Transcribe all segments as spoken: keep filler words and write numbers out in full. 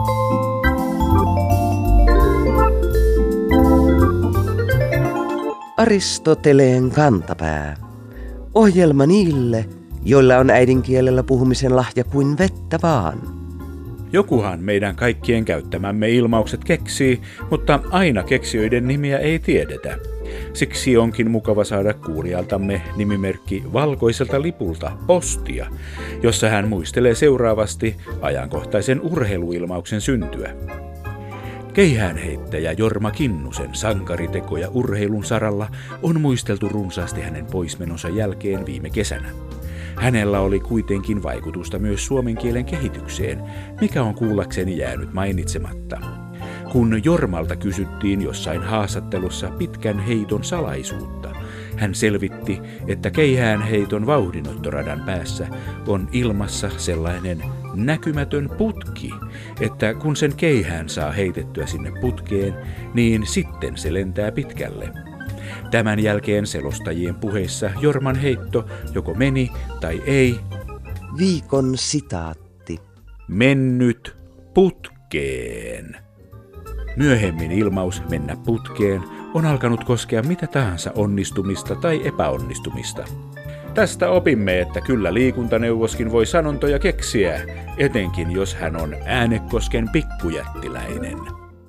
Aristoteleen kantapää. Ohjelma niille, joilla on äidinkielellä puhumisen lahja kuin vettä vaan. Jokuhan meidän kaikkien käyttämämme ilmaukset keksii, mutta aina keksijöiden nimiä ei tiedetä. Siksi onkin mukava saada kuulijaltamme nimimerkki valkoiselta lipulta Postia, jossa hän muistelee seuraavasti ajankohtaisen urheiluilmauksen syntyä. Keihäänheittäjä Jorma Kinnusen sankaritekoja urheilun saralla on muisteltu runsaasti hänen poismenonsa jälkeen viime kesänä. Hänellä oli kuitenkin vaikutusta myös suomen kielen kehitykseen, mikä on kuullakseni jäänyt mainitsematta. Kun Jormalta kysyttiin jossain haastattelussa pitkän heiton salaisuutta, hän selvitti, että keihäänheiton vauhdinottoradan päässä on ilmassa sellainen näkymätön putki, että kun sen keihään saa heitettyä sinne putkeen, niin sitten se lentää pitkälle. Tämän jälkeen selostajien puheissa Jorman heitto joko meni tai ei. Viikon sitaatti. Mennyt putkeen. Myöhemmin ilmaus mennä putkeen on alkanut koskea mitä tahansa onnistumista tai epäonnistumista. Tästä opimme, että kyllä liikuntaneuvoskin voi sanontoja keksiä, etenkin jos hän on Äänekosken pikkujättiläinen.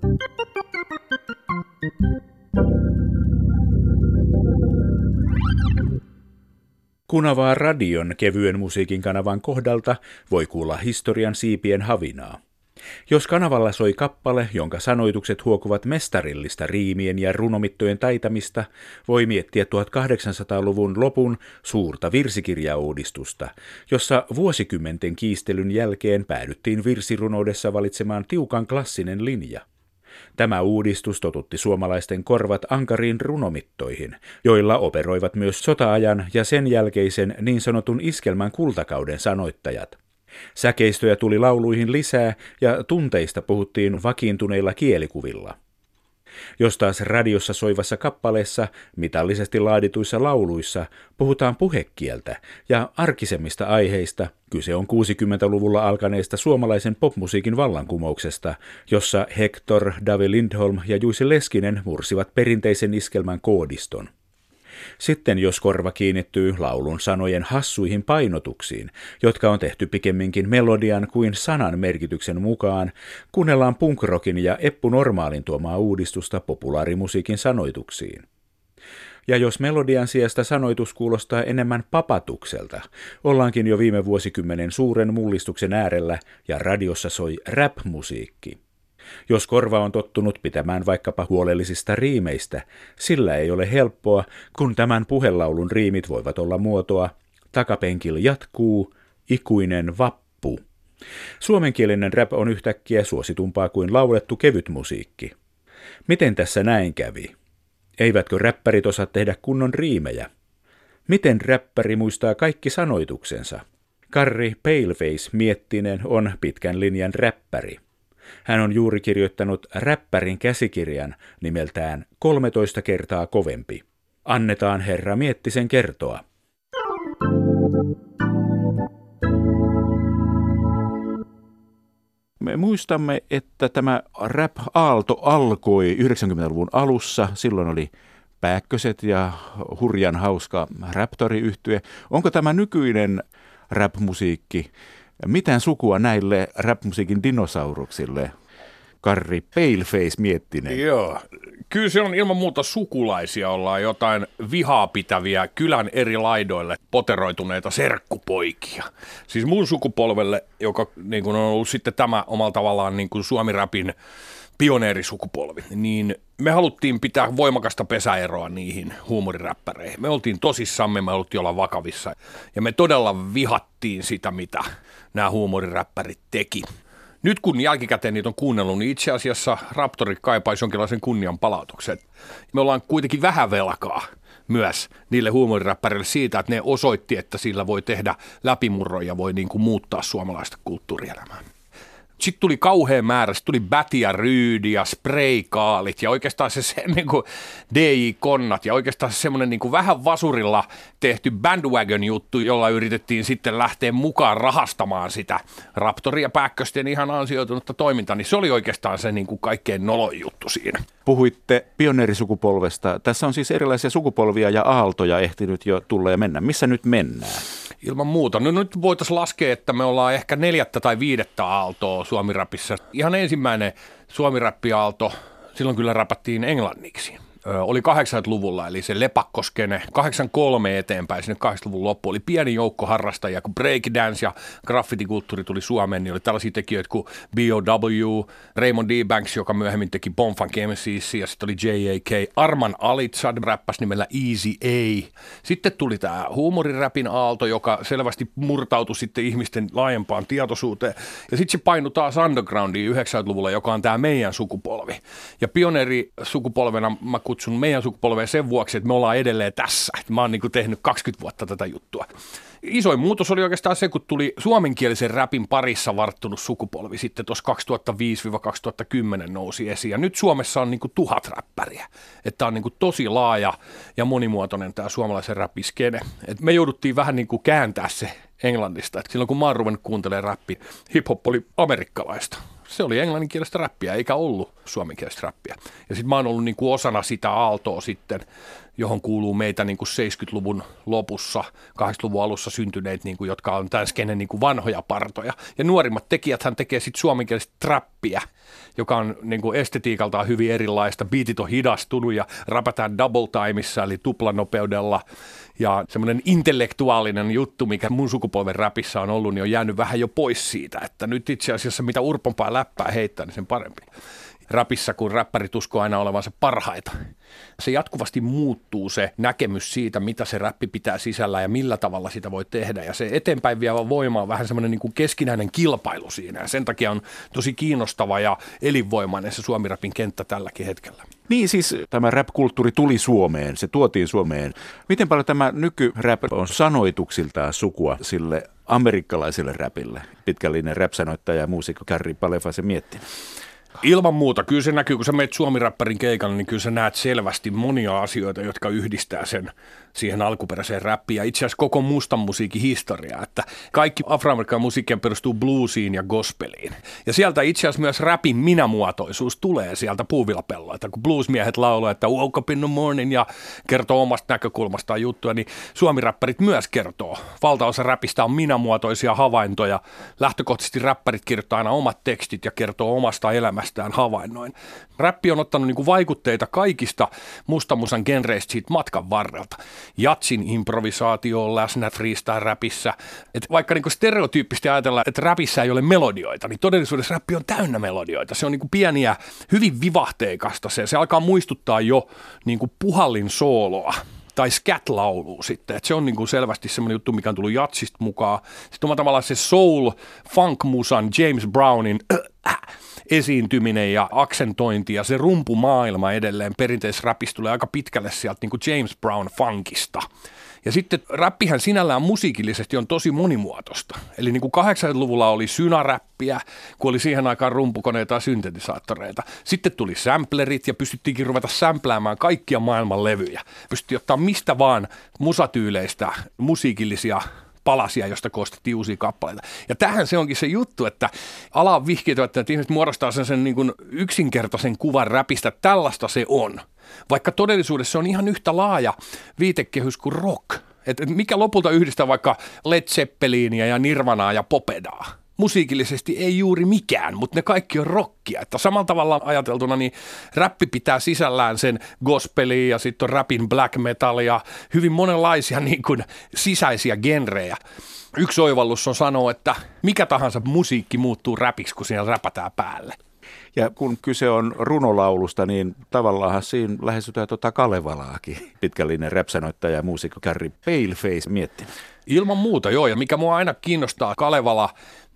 Kunavaa radion kevyen musiikin kanavan kohdalta voi kuulla historian siipien havinaa. Jos kanavalla soi kappale, jonka sanoitukset huokuvat mestarillista riimien ja runomittojen taitamista, voi miettiä tuhatkahdeksansataaluvun lopun suurta virsikirjauudistusta, jossa vuosikymmenten kiistelyn jälkeen päädyttiin virsirunoudessa valitsemaan tiukan klassinen linja. Tämä uudistus totutti suomalaisten korvat ankariin runomittoihin, joilla operoivat myös sota-ajan ja sen jälkeisen niin sanotun iskelmän kultakauden sanoittajat. Säkeistöjä tuli lauluihin lisää ja tunteista puhuttiin vakiintuneilla kielikuvilla. Jos taas radiossa soivassa kappaleessa, mitallisesti laadituissa lauluissa, puhutaan puhekieltä ja arkisemmista aiheista, kyse on kuusikymmentäluvulla alkaneesta suomalaisen popmusiikin vallankumouksesta, jossa Hector, Dave Lindholm ja Juicy Leskinen mursivat perinteisen iskelmän koodiston. Sitten jos korva kiinnittyy laulun sanojen hassuihin painotuksiin, jotka on tehty pikemminkin melodian kuin sanan merkityksen mukaan, kuunnellaan punkrockin ja Eppu Normaalin tuomaa uudistusta populaarimusiikin sanoituksiin. Ja jos melodian sijasta sanoitus kuulostaa enemmän papatukselta, ollaankin jo viime vuosikymmenen suuren mullistuksen äärellä ja radiossa soi rap-musiikki. Jos korva on tottunut pitämään vaikkapa huolellisista riimeistä, sillä ei ole helppoa, kun tämän puhelaulun riimit voivat olla muotoa takapenkil jatkuu, ikuinen vappu. Suomenkielinen rap on yhtäkkiä suositumpaa kuin laulettu kevyt musiikki. Miten tässä näin kävi? Eivätkö räppärit osaa tehdä kunnon riimejä? Miten räppäri muistaa kaikki sanoituksensa? Karri Paleface Miettinen on pitkän linjan räppäri. Hän on juuri kirjoittanut räppärin käsikirjan nimeltään kolmetoista kertaa kovempi. Annetaan herra Miettisen kertoa. Me muistamme, että tämä rap-aalto alkoi yhdeksänkymmentäluvun alussa. Silloin oli Pääkköset ja hurjan hauska Raptori-yhtye. Onko tämä nykyinen rap-musiikki mitään sukua näille rap-musiikin dinosauruksille? Karri Paleface Miettinen. Joo, kyllä se on ilman muuta sukulaisia, ollaan jotain vihaa pitäviä kylän eri laidoille poteroituneita serkkupoikia. Siis mun sukupolvelle, joka niin kun on ollut sitten tämä omalla tavallaan niin kuin Suomi-rapin pioneerisukupolvi, niin me haluttiin pitää voimakasta pesäeroa niihin huumoriräppäreihin. Me oltiin tosissamme, me haluttiin olla vakavissa ja me todella vihattiin sitä, mitä nämä huumoriräppärit teki. Nyt kun jälkikäteen niitä on kuunnellut, niin itse asiassa Raptori kaipaisi jonkinlaisen kunnian palautuksen. Me ollaan kuitenkin vähän velkaa myös niille huumoriräppäreille siitä, että ne osoitti, että sillä voi tehdä läpimurroja ja voi niin kuin muuttaa suomalaista kulttuurielämää. Sitten tuli kauhean määrä, sitten tuli Bäti ja Ryydi ja Spraykaalit ja oikeastaan se, se niin kuin D J-konnat ja oikeastaan se semmoinen niin kuin vähän vasurilla tehty bandwagon-juttu, jolla yritettiin sitten lähteä mukaan rahastamaan sitä Raptoria Pääkkösten ihan ansioitunutta toimintaa, niin se oli oikeastaan se niin kuin kaikkein noloin juttu siinä. Puhuitte pioneerisukupolvesta. Tässä on siis erilaisia sukupolvia ja aaltoja ehtinyt jo tulla ja mennä. Missä nyt mennään? Ilman muuta. No nyt voitaisiin laskea, että me ollaan ehkä neljättä tai viidettä aaltoa Suomi-rapissa. Ihan ensimmäinen Suomi-rappi-aalto, silloin kyllä räpättiin englanniksi. Ö, oli kahdeksankymmentäluvulla, eli se lepakkoskene, kahdeksankymmentäkolme eteenpäin, sinne kahdeksankymmentäluvun loppu, oli pieni joukko harrastajia, kun breakdance ja graffitikulttuuri tuli Suomeen, niin oli tällaisia tekijöitä kuin B O W, Raymond D. Banks, joka myöhemmin teki Bonfunk M C:ssä, ja sitten oli J A K, Arman Alitsad räppäsi nimellä Easy A. Sitten tuli tämä huumoriräpin aalto, joka selvästi murtautui sitten ihmisten laajempaan tietoisuuteen, ja sitten se painui taas undergroundiin yhdeksänkymmentäluvulla, joka on tämä meidän sukupolvi. Ja pioneerisukupolvena mä kutsun meidän sukupolveen sen vuoksi, että me ollaan edelleen tässä. Että mä oon niin kuin tehnyt kaksikymmentä vuotta tätä juttua. Isoin muutos oli oikeastaan se, kun tuli suomenkielisen räpin parissa varttunut sukupolvi sitten tuossa kaksituhattaviisi kaksituhattakymmenen nousi esiin. Ja nyt Suomessa on niin kuin tuhat räppäriä. Että on niin kuin tosi laaja ja monimuotoinen tämä suomalaisen räppiskene. Et me jouduttiin vähän niin kuin kääntää se englannista. Et silloin kun mä oon ruvennut kuuntelemaan räppiä, hip-hop oli amerikkalaista. Se oli englanninkielistä räppiä, eikä ollut suomenkielistä räppiä. Ja sitten mä oon ollut niinku osana sitä aaltoa sitten, johon kuuluu meitä niinku seitsemänkymmentäluvun lopussa, kahdeksankymmentäluvun alussa syntyneet, niinku, jotka on tämän skenen niinku vanhoja partoja. Ja nuorimmat tekijäthän tekee sitten suomenkielistä trappia, joka on niinku estetiikaltaan hyvin erilaista. Beatit on hidastunut ja rapataan double timeissa, eli tuplanopeudella. Ja semmoinen intellektuaalinen juttu, mikä mun sukupolven räpissä on ollut, niin on jäänyt vähän jo pois siitä, että nyt itse asiassa mitä urpompaa läppää heittää, niin sen parempi. Räpissä, kun räppärit uskoo aina olevansa parhaita. Se jatkuvasti muuttuu se näkemys siitä, mitä se räppi pitää sisällä ja millä tavalla sitä voi tehdä. Ja se eteenpäin vievä voima on vähän semmoinen niin kuin keskinäinen kilpailu siinä. Ja sen takia on tosi kiinnostava ja elinvoimainen se suomi-räpin kenttä tälläkin hetkellä. Niin siis tämä rap-kulttuuri tuli Suomeen, se tuotiin Suomeen. Miten paljon tämä nykyrap on sanoituksiltaan sukua sille amerikkalaiselle räpille? Pitkällinen rap-sanoittaja ja muusikko Kärri Palefa se miettii. Ilman muuta. Kyllä se näkyy, kun sä meet suomi-räppärin keikalle, niin kyllä sä näet selvästi monia asioita, jotka yhdistää sen siihen alkuperäiseen räppiin ja itse asiassa koko mustan musiikin historiaa, että kaikki afroamerikkalainen musiikki perustuu bluesiin ja gospeliin. Ja sieltä itse asiassa myös räpin minämuotoisuus tulee sieltä puuvilapelloilta, kun bluesmiehet laulaa, että woke up in the morning ja kertoo omasta näkökulmastaan juttuja, niin suomi-räppärit myös kertoo. Valtaosa räpistä on minämuotoisia havaintoja. Lähtökohtaisesti räppärit kirjoittaa aina omat tekstit ja kertoo omasta elämästään havainnoin. Räppi on ottanut niinku vaikutteita kaikista mustamusan genreistä siitä matkan varrelta. Jatsin improvisaatio on läsnä freestyle-räpissä. Et vaikka niinku stereotyyppisesti ajatellaan, että räpissä ei ole melodioita, niin todellisuudessa räppi on täynnä melodioita. Se on niinku pieniä, hyvin vivahteikasta se. Se alkaa muistuttaa jo niinku puhallin sooloa tai scat-laulua sitten. Et se on niinku selvästi semmoinen juttu, mikä on tullut jatsista mukaan. Sitten on tavallaan se soul, funk-musan, James Brownin äh, äh, esiintyminen ja aksentointi ja se rumpumaailma edelleen perinteisessä räpissä tulee aika pitkälle sieltä niin kuin James Brown funkista. Ja sitten räppihän sinällään musiikillisesti on tosi monimuotoista. Eli niin kuin kahdeksankymmentäluvulla oli synaräppiä, kun oli siihen aikaan rumpukoneita ja syntetisaattoreita. Sitten tuli samplerit ja pystyttiinkin ruveta sampläämään kaikkia maailman levyjä. Pystyttiin ottaa mistä vaan musatyyleistä musiikillisia palasia, josta koostettiin uusia kappaleita. Ja tähän se onkin se juttu, että ala on vihkiytyä, että ihmiset muodostaa sen, sen niin kuin yksinkertaisen kuvan räpistä. Tällaista se on. Vaikka todellisuudessa se on ihan yhtä laaja viitekehys kuin rock. Et mikä lopulta yhdistää vaikka Led Zeppelinia ja Nirvanaa ja Popedaa? Musiikillisesti ei juuri mikään, mutta ne kaikki on rockia. Että samalla tavalla ajateltuna niin räppi pitää sisällään sen gospelia ja sitten on rapin black metal ja hyvin monenlaisia niin kuin sisäisiä genrejä. Yksi oivallus on sanoa, että mikä tahansa musiikki muuttuu räpiksi, kun siellä räpätään päälle. Ja kun kyse on runolaulusta, niin tavallaan siinä lähestytään tuota Kalevalaakin. Pitkällinen rap-sanoittaja ja muusikko Kärri Paleface mietti. Ilman muuta, joo. Ja mikä mua aina kiinnostaa Kalevala,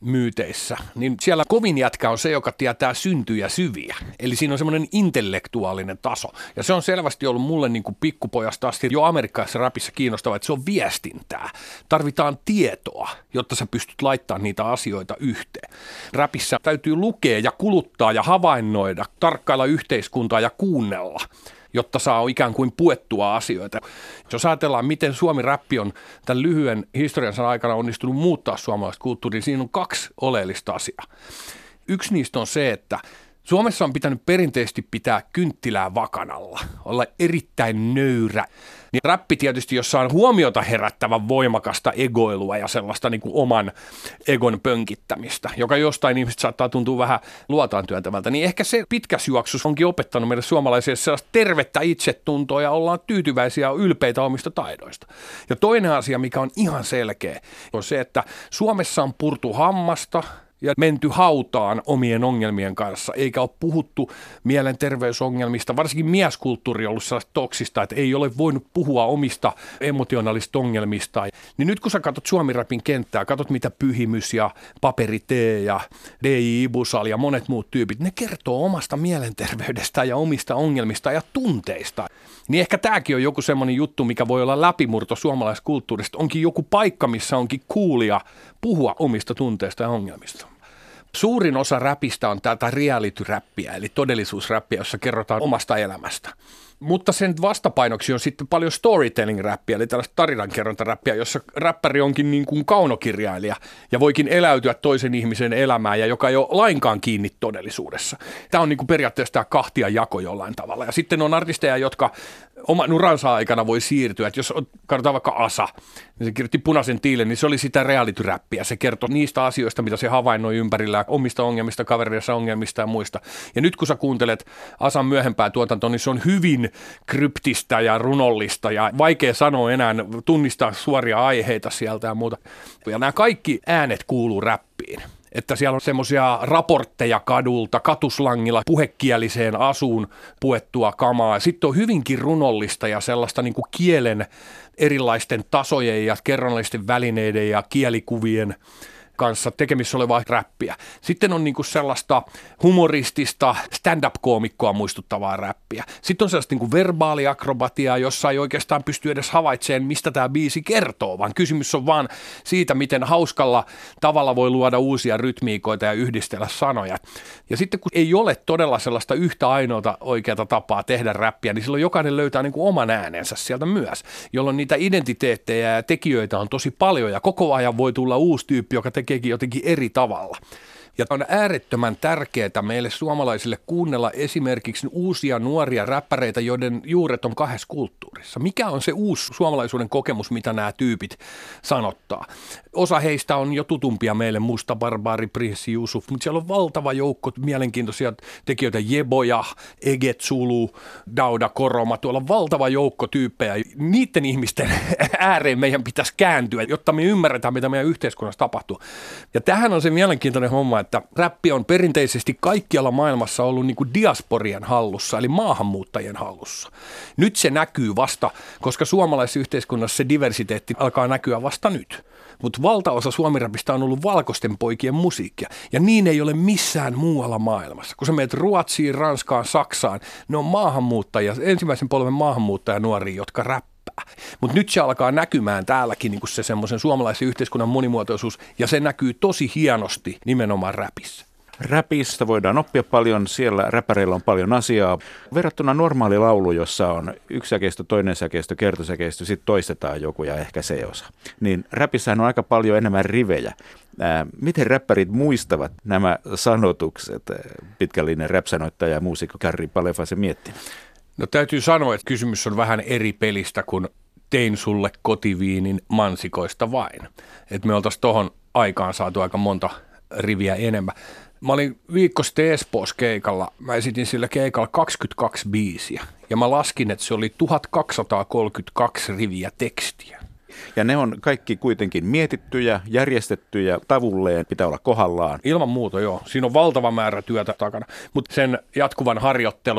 myyteissä, niin siellä kovin jätkä on se, joka tietää syntyjä syviä. Eli siinä on semmoinen intellektuaalinen taso. Ja se on selvästi ollut mulle niin kuin pikkupojasta asti jo amerikkalaisessa rapissa kiinnostavaa, että se on viestintää. Tarvitaan tietoa, jotta sä pystyt laittamaan niitä asioita yhteen. Rapissa täytyy lukea ja kuluttaa ja havainnoida, tarkkailla yhteiskuntaa ja kuunnella, jotta saa ikään kuin puettua asioita. Jos ajatellaan, miten Suomi-räppi on tämän lyhyen historiansa aikana onnistunut muuttaa suomalaista kulttuuria, niin siinä on kaksi oleellista asiaa. Yksi niistä on se, että Suomessa on pitänyt perinteisesti pitää kynttilää vakanalla, olla erittäin nöyrä. Niin räppi tietysti, jossa on huomiota herättävän voimakasta egoilua ja sellaista niin kuin oman egon pönkittämistä, joka jostain ihmistä saattaa tuntua vähän luotaan työntävältä, niin ehkä se pitkässä juoksussa onkin opettanut meille suomalaisille sellaista tervettä itsetuntoa ja ollaan tyytyväisiä ja ylpeitä omista taidoista. Ja toinen asia, mikä on ihan selkeä, on se, että Suomessa on purtu hammasta ja menty hautaan omien ongelmien kanssa, eikä ole puhuttu mielenterveysongelmista. Varsinkin mieskulttuuri on ollut sellaista toksista, että ei ole voinut puhua omista emotionaalista ongelmista. Niin nyt kun sä katsot Suomi-rapin kenttää, katsot mitä Pyhimys ja Paperi T ja D J Ibusal ja monet muut tyypit, ne kertoo omasta mielenterveydestä ja omista ongelmista ja tunteista. Niin ehkä tämäkin on joku semmoinen juttu, mikä voi olla läpimurto suomalaiskulttuurista. Onkin joku paikka, missä onkin coolia puhua omista tunteista ja ongelmista. Suurin osa räpistä on tätä reality-räppiä, eli todellisuusräppiä, jossa kerrotaan omasta elämästä. Mutta sen vastapainoksi on sitten paljon storytelling-räppiä, eli tällaista tarinankerrontaräppiä, jossa räppäri onkin niin kuin kaunokirjailija ja voikin eläytyä toisen ihmisen elämään ja joka ei ole lainkaan kiinni todellisuudessa. Tämä on niin kuin periaatteessa tämä kahtia jako jollain tavalla. Ja sitten on artisteja, jotka oman uransa aikana voi siirtyä. Että jos katsotaan vaikka Asa, niin se kirjoitti Punaisen tiilen, niin se oli sitä reality-räppiä. Se kertoi niistä asioista, mitä se havainnoi ympärillä, omista ongelmista, kavereissa ongelmista ja muista. Ja nyt kun sä kuuntelet Asan myöhempää tuotantoa, niin se on hyvin kryptistä ja runollista ja vaikea sanoa enää, tunnistaa suoria aiheita sieltä ja muuta. Ja nämä kaikki äänet kuuluu räppiin. Että siellä on semmoisia raportteja kadulta, katuslangilla puhekieliseen asuun puettua kamaa. Sitten on hyvinkin runollista ja sellaista niin kuin kielen erilaisten tasojen ja kerronnallisten välineiden ja kielikuvien kanssa tekemissä olevaa räppiä. Sitten on niinku sellaista humoristista stand-up-koomikkoa muistuttavaa räppiä. Sitten on sellaista niinku verbaaliakrobatiaa, jossa ei oikeastaan pysty edes havaitsemaan, mistä tämä biisi kertoo, vaan kysymys on vaan siitä, miten hauskalla tavalla voi luoda uusia rytmiikoita ja yhdistellä sanoja. Ja sitten kun ei ole todella sellaista yhtä ainoata oikeata tapaa tehdä räppiä, niin silloin jokainen löytää niinku oman äänensä sieltä myös, jolloin niitä identiteettejä ja tekijöitä on tosi paljon ja koko ajan voi tulla uusi tyyppi, joka tekeekin jotenkin eri tavalla. Ja on äärettömän tärkeää meille suomalaisille kuunnella esimerkiksi uusia nuoria räppäreitä, joiden juuret on kahdessa kulttuurissa. Mikä on se uusi suomalaisuuden kokemus, mitä nämä tyypit sanottaa? Osa heistä on jo tutumpia meille, Musta Barbaari, Prinssi Jusuf, mutta siellä on valtava joukko mielenkiintoisia tekijöitä, Jeboja, Eget Zulu, Dauda Koroma, tuolla on valtava joukko tyyppejä. Niiden ihmisten ääreen meidän pitäisi kääntyä, jotta me ymmärretään, mitä meidän yhteiskunnassa tapahtuu. Ja tähän on se mielenkiintoinen homma, että räppi on perinteisesti kaikkialla maailmassa ollut niin kuin diasporien hallussa, eli maahanmuuttajien hallussa. Nyt se näkyy vasta, koska suomalaisessa yhteiskunnassa se diversiteetti alkaa näkyä vasta nyt. Mutta valtaosa suomiräpistä on ollut valkoisten poikien musiikkia, ja niin ei ole missään muualla maailmassa. Kun sä menet Ruotsiin, Ranskaan, Saksaan, ne on maahanmuuttajia, ensimmäisen polven maahanmuuttajanuoria, jotka räppää. Mutta nyt se alkaa näkymään täälläkin niin se semmoisen suomalaisen yhteiskunnan monimuotoisuus, ja se näkyy tosi hienosti nimenomaan räpissä. Räpistä voidaan oppia paljon, siellä räpäreillä on paljon asiaa. Verrattuna normaali laulu, jossa on yksi säkeistö, toinen säkeistö, kertosäkeistö, sitten toistetaan joku ja ehkä se osa. Niin räpissähän on aika paljon enemmän rivejä. Ää, miten räppärit muistavat nämä sanotukset? Pitkällinen räpsanoittaja ja muusikko Kärri Palefa se miettii. No täytyy sanoa, että kysymys on vähän eri pelistä kuin tein sulle kotiviinin mansikoista vain. Että me oltaisiin tuohon aikaan saatu aika monta riviä enemmän. Mä olin viikko sitten Espoossa keikalla. Mä esitin sillä keikalla kaksikymmentäkaksi biisiä ja mä laskin, että se oli tuhatkaksisataakolmekymmentäkaksi riviä tekstiä. Ja ne on kaikki kuitenkin mietittyjä, järjestettyjä, tavulleen, pitää olla kohdallaan. Ilman muuta, joo. Siinä on valtava määrä työtä takana, mutta sen jatkuvan harjoittelun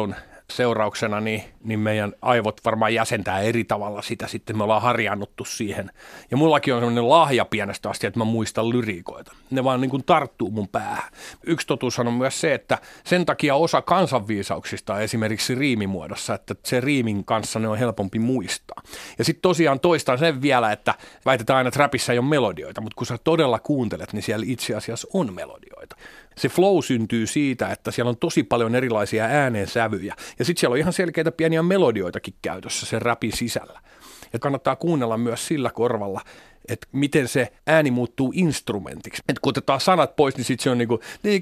seurauksena niin, niin meidän aivot varmaan jäsentää eri tavalla sitä. Sitten me ollaan harjaannuttu siihen. Ja mullakin on sellainen lahja pienestä asti, että mä muistan lyriikoita. Ne vaan niin kuin tarttuu mun päähän. Yksi totuushan on myös se, että sen takia osa kansanviisauksista on esimerkiksi riimimuodossa, että se riimin kanssa ne on helpompi muistaa. Ja sitten tosiaan toistan sen vielä, että väitetään aina, että räpissä ei ole melodioita, mutta kun sä todella kuuntelet, niin siellä itse asiassa on melodioita. Se flow syntyy siitä, että siellä on tosi paljon erilaisia äänensävyjä ja sitten siellä on ihan selkeitä pieniä melodioitakin käytössä sen räpin sisällä. Ja kannattaa kuunnella myös sillä korvalla, että miten se ääni muuttuu instrumentiksi. Että kun otetaan sanat pois, niin sitten se on niin kuin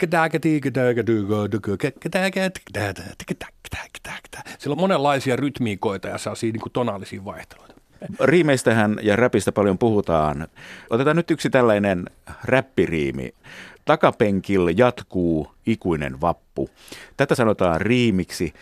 siellä on monenlaisia rytmiikoita ja saa siinä niin kuin tonaalisia vaihteluita. Riimeistähän ja räpistä paljon puhutaan. Otetaan nyt yksi tällainen räppiriimi. Takapenkillä jatkuu ikuinen vappu. Tätä sanotaan riimiksi.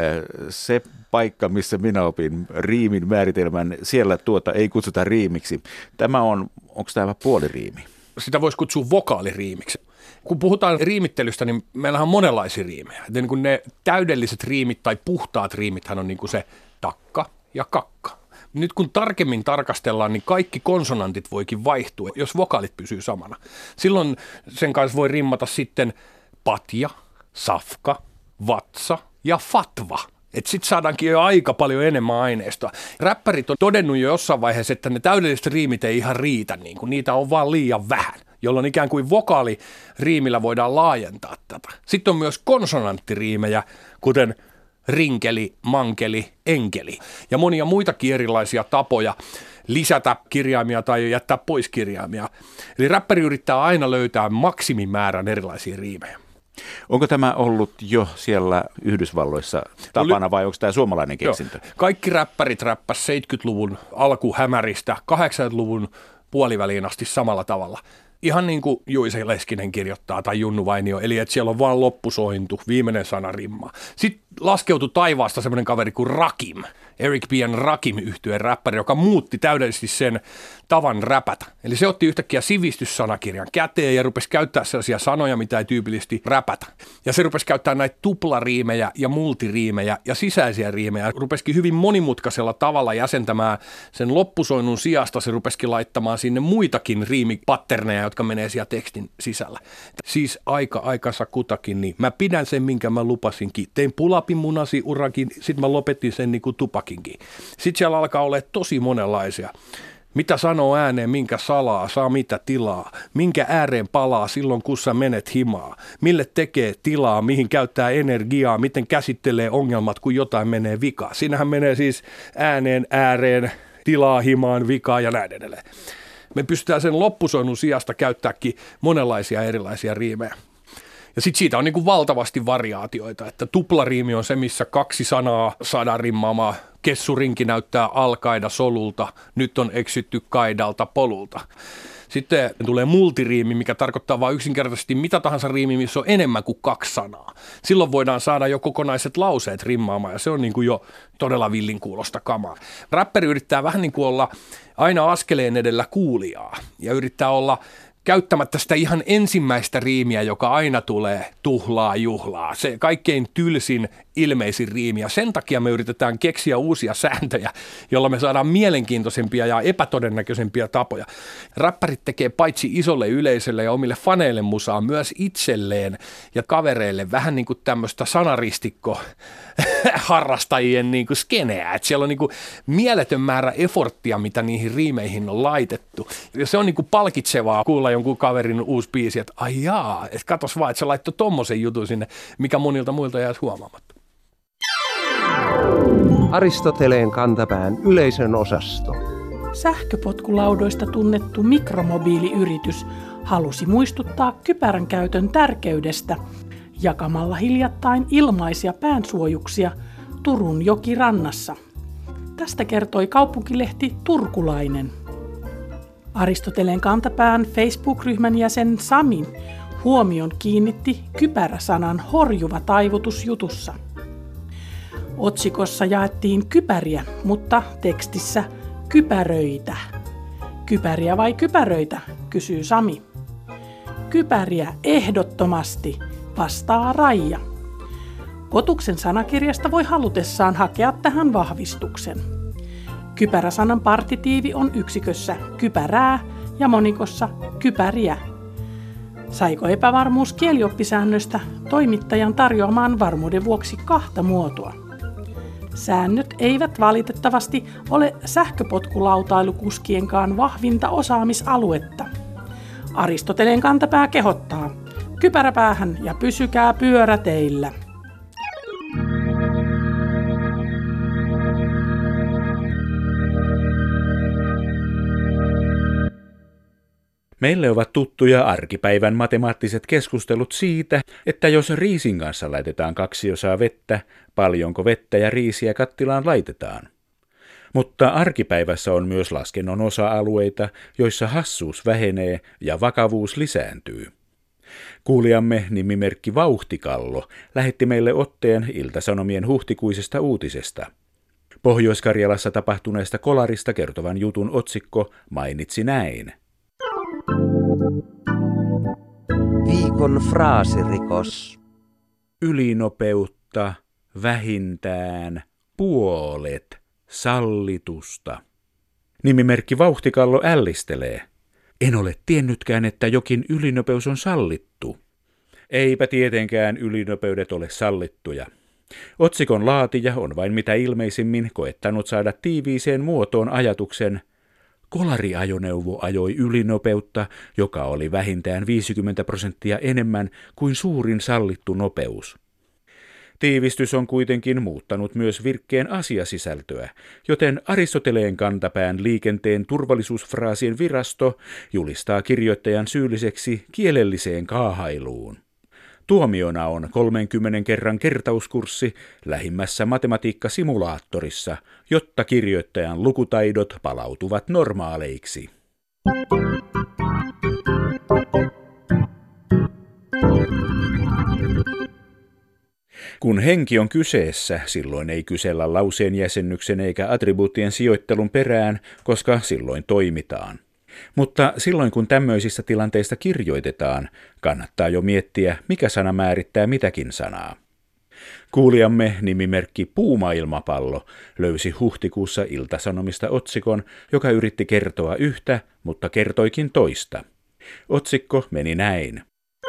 Se paikka, missä minä opin riimin määritelmän, siellä tuota ei kutsuta riimiksi. Tämä on, onko tämä puoliriimi? Sitä voisi kutsua vokaaliriimiksi. Kun puhutaan riimittelystä, niin meillähän on monenlaisia riimejä. Niin kuin ne täydelliset riimit tai puhtaat riimithän on niin kuin se takka ja kakka. Nyt kun tarkemmin tarkastellaan, niin kaikki konsonantit voikin vaihtua, jos vokaalit pysyy samana. Silloin sen kanssa voi rimmata sitten patja, safka, vatsa ja fatva. Että sitten saadaankin jo aika paljon enemmän aineistoa. Räppärit on todennut jo jossain vaiheessa, että ne täydelliset riimit ei ihan riitä, niin kuin niitä on vaan liian vähän, jolloin ikään kuin vokaaliriimillä voidaan laajentaa tätä. Sitten on myös konsonanttiriimejä, kuten rinkeli, mankeli, enkeli ja monia muitakin erilaisia tapoja lisätä kirjaimia tai jättää pois kirjaimia. Eli räppäri yrittää aina löytää maksimimäärän erilaisia riimejä. Onko tämä ollut jo siellä Yhdysvalloissa tapana vai onko tämä suomalainen keksintö? Joo. Kaikki räppärit räppäs seitsemänkymmentäluvun alkuhämäristä kahdeksankymmentäluvun puoliväliin asti samalla tavalla. Ihan niin kuin Juise Leskinen kirjoittaa tai Junnu Vainio, eli että siellä on vaan loppusointu, viimeinen sana rimmaa. Sitten laskeutui taivaasta semmoinen kaveri kuin Rakim, Eric B. Rakim-yhtyeen räppäri, joka muutti täydellisesti sen tavan räpätä. Eli se otti yhtäkkiä sivistyssanakirjan käteen ja rupesi käyttää sellaisia sanoja, mitä ei tyypillisesti räpätä. Ja se rupesi käyttää näitä tuplariimejä ja multiriimejä ja sisäisiä riimejä. Rupesikin hyvin monimutkaisella tavalla jäsentämään sen loppusoinnun sijasta. Se rupesikin laittamaan sinne muitakin riimipatterneja, jotka menee siellä tekstin sisällä. Siis aika aikansa kutakin, niin mä pidän sen, minkä mä lupasinkin. Tein pulapin munasi urakin, sit mä lopetin sen niin kuin tupakinkin. Sitten siellä alkaa olla tosi monenlaisia. Mitä sanoo ääneen, minkä salaa, saa mitä tilaa, minkä ääreen palaa silloin, kun sä menet himaa, mille tekee tilaa, mihin käyttää energiaa, miten käsittelee ongelmat, kun jotain menee vikaan. Siinähän menee siis ääneen, ääreen, tilaa, himaan, vikaa ja näin edelleen. Me pystytään sen loppusoinnun sijasta käyttääkin monenlaisia erilaisia riimejä. Ja sitten siitä on niin kuin valtavasti variaatioita, että tuplariimi on se, missä kaksi sanaa saadaan rimmaamaan. Kessurinki näyttää alkaida solulta, nyt on eksytty kaidalta polulta. Sitten tulee multiriimi, mikä tarkoittaa vain yksinkertaisesti mitä tahansa riimi, missä on enemmän kuin kaksi sanaa. Silloin voidaan saada jo kokonaiset lauseet rimmaamaan ja se on niin kuin jo todella villin kuulosta kamaa. Räppäri yrittää vähän niin kuin olla aina askeleen edellä kuulijaa ja yrittää olla käyttämättä sitä ihan ensimmäistä riimiä, joka aina tulee tuhlaa juhlaa. Se kaikkein tylsin ilmeisin riimi ja sen takia me yritetään keksiä uusia sääntöjä, jolla me saadaan mielenkiintoisempia ja epätodennäköisempiä tapoja. Räppärit tekee paitsi isolle yleisölle ja omille faneille musaa myös itselleen ja kavereille vähän niin kuin tämmöistä sanaristikko harrastajien niin kuin skeneä. Et siellä on niin kuin mieletön määrä efforttia, mitä niihin riimeihin on laitettu. Ja se on niin kuin palkitsevaa kuulla jonkun kaverin uusi biisi, että ai jaa, että katos vaan, että se laittoi tommosen jutun sinne, mikä monilta muilta jäisi huomaamatta. Aristoteleen kantapään yleisön osasto. Sähköpotkulaudoista tunnettu mikromobiiliyritys halusi muistuttaa kypärän käytön tärkeydestä jakamalla hiljattain ilmaisia päänsuojuksia Turun jokirannassa. Tästä kertoi kaupunkilehti Turkulainen. Aristoteleen kantapään Facebook-ryhmän jäsen Sami huomion kiinnitti kypäräsanan horjuva taivutus jutussa. Otsikossa jaettiin kypäriä, mutta tekstissä kypäröitä. Kypäriä vai kypäröitä, kysyy Sami. Kypäriä ehdottomasti, vastaa Raija. Kotuksen sanakirjasta voi halutessaan hakea tähän vahvistuksen. Kypäräsanan partitiivi on yksikössä kypärää ja monikossa kypäriä. Saiko epävarmuus kielioppisäännöstä toimittajan tarjoamaan varmuuden vuoksi kahta muotoa? Säännöt eivät valitettavasti ole sähköpotkulautailukuskienkaan vahvinta osaamisaluetta. Aristoteleen kantapää kehottaa: kypäräpäähän ja pysykää pyöräteillä. Meille ovat tuttuja arkipäivän matemaattiset keskustelut siitä, että jos riisin kanssa laitetaan kaksi osaa vettä, paljonko vettä ja riisiä kattilaan laitetaan. Mutta arkipäivässä on myös laskennon osa-alueita, joissa hassuus vähenee ja vakavuus lisääntyy. Kuulijamme nimimerkki Vauhtikallo lähetti meille otteen Ilta-Sanomien huhtikuisesta uutisesta. Pohjois-Karjalassa tapahtuneesta kolarista kertovan jutun otsikko mainitsi näin. Viikon fraasirikos. Ylinopeutta vähintään puolet sallitusta. Nimimerkki Vauhtikallo ällistelee. En ole tiennytkään, että jokin ylinopeus on sallittu. Eipä tietenkään ylinopeudet ole sallittuja. Otsikon laatija on vain mitä ilmeisimmin koettanut saada tiiviiseen muotoon ajatuksen: kolariajoneuvo ajoi ylinopeutta, joka oli vähintään viisikymmentä prosenttia enemmän kuin suurin sallittu nopeus. Tiivistys on kuitenkin muuttanut myös virkkeen asiasisältöä, joten Aristoteleen kantapään liikenteen turvallisuusfraasien virasto julistaa kirjoittajan syylliseksi kielelliseen kaahailuun. Tuomiona on kolmenkymmenen kerran kertauskurssi lähimmässä matematiikkasimulaattorissa, jotta kirjoittajan lukutaidot palautuvat normaaleiksi. Kun henki on kyseessä, silloin ei kysellä lauseen jäsennyksen eikä attribuuttien sijoittelun perään, koska silloin toimitaan. Mutta silloin kun tämmöisistä tilanteista kirjoitetaan, kannattaa jo miettiä, mikä sana määrittää mitäkin sanaa. Kuulijamme nimimerkki Puumailmapallo löysi huhtikuussa Ilta-Sanomista otsikon, joka yritti kertoa yhtä, mutta kertoikin toista. Otsikko meni näin.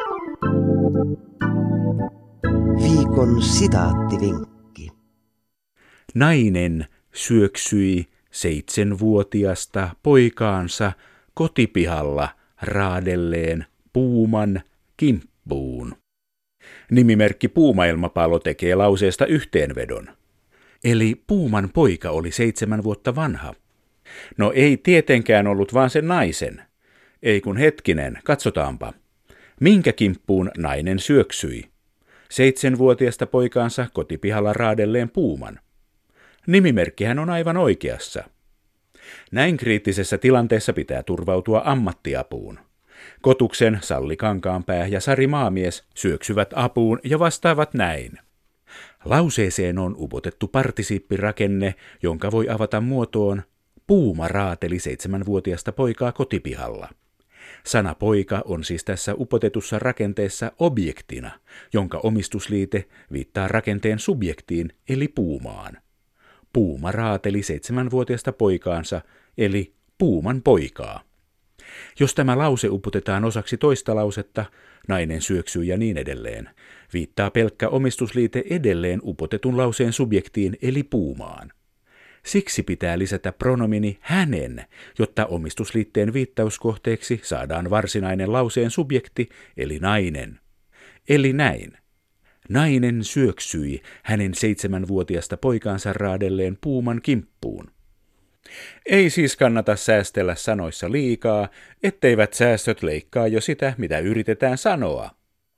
Viikon sitaattivinkki. Nainen syöksyi seitsemänvuotiasta poikaansa kotipihalla raadelleen puuman kimppuun. Nimimerkki Puumailmapallo tekee lauseesta yhteenvedon. Eli Puuman poika oli seitsemän vuotta vanha. No ei tietenkään ollut vaan sen naisen. Ei kun hetkinen, katsotaanpa. Minkä kimppuun nainen syöksyi? Seitsemänvuotiasta poikaansa kotipihalla raadelleen puuman. Nimimerkkihän on aivan oikeassa. Näin kriittisessä tilanteessa pitää turvautua ammattiapuun. Kotuksen Salli Kankaanpää ja Sari Maamies syöksyvät apuun ja vastaavat näin. Lauseeseen on upotettu partisiippirakenne, jonka voi avata muotoon: Puuma raateli seitsemänvuotiasta poikaa kotipihalla. Sana poika on siis tässä upotetussa rakenteessa objektina, jonka omistusliite viittaa rakenteen subjektiin eli puumaan. Puuma raateli seitsemänvuotiasta poikaansa eli Puuman poikaa. Jos tämä lause upotetaan osaksi toista lausetta, nainen syöksyy ja niin edelleen, viittaa pelkkä omistusliite edelleen upotetun lauseen subjektiin eli puumaan. Siksi pitää lisätä pronomini hänen, jotta omistusliitteen viittauskohteeksi saadaan varsinainen lauseen subjekti eli nainen. Eli näin. Nainen syöksyi hänen seitsemänvuotiasta poikaansa raadelleen puuman kimppuun. Ei siis kannata säästellä sanoissa liikaa, etteivät säästöt leikkaa jo sitä, mitä yritetään sanoa.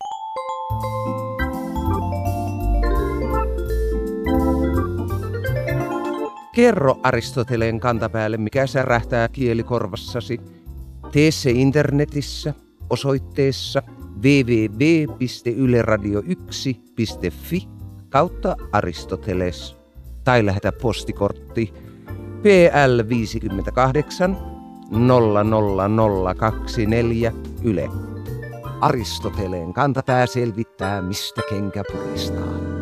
Kerro Aristoteleen kantapäälle, mikä särähtää kielikorvassasi. Tee se internetissä osoitteessa double-u double-u double-u piste yle radio yksi piste fi kautta Aristoteles tai lähetä postikortti P L viisikymmentäkahdeksan nolla nolla nolla kaksikymmentäneljä Yle. Aristoteleen kantapää selvittää, mistä kenkä puristaa.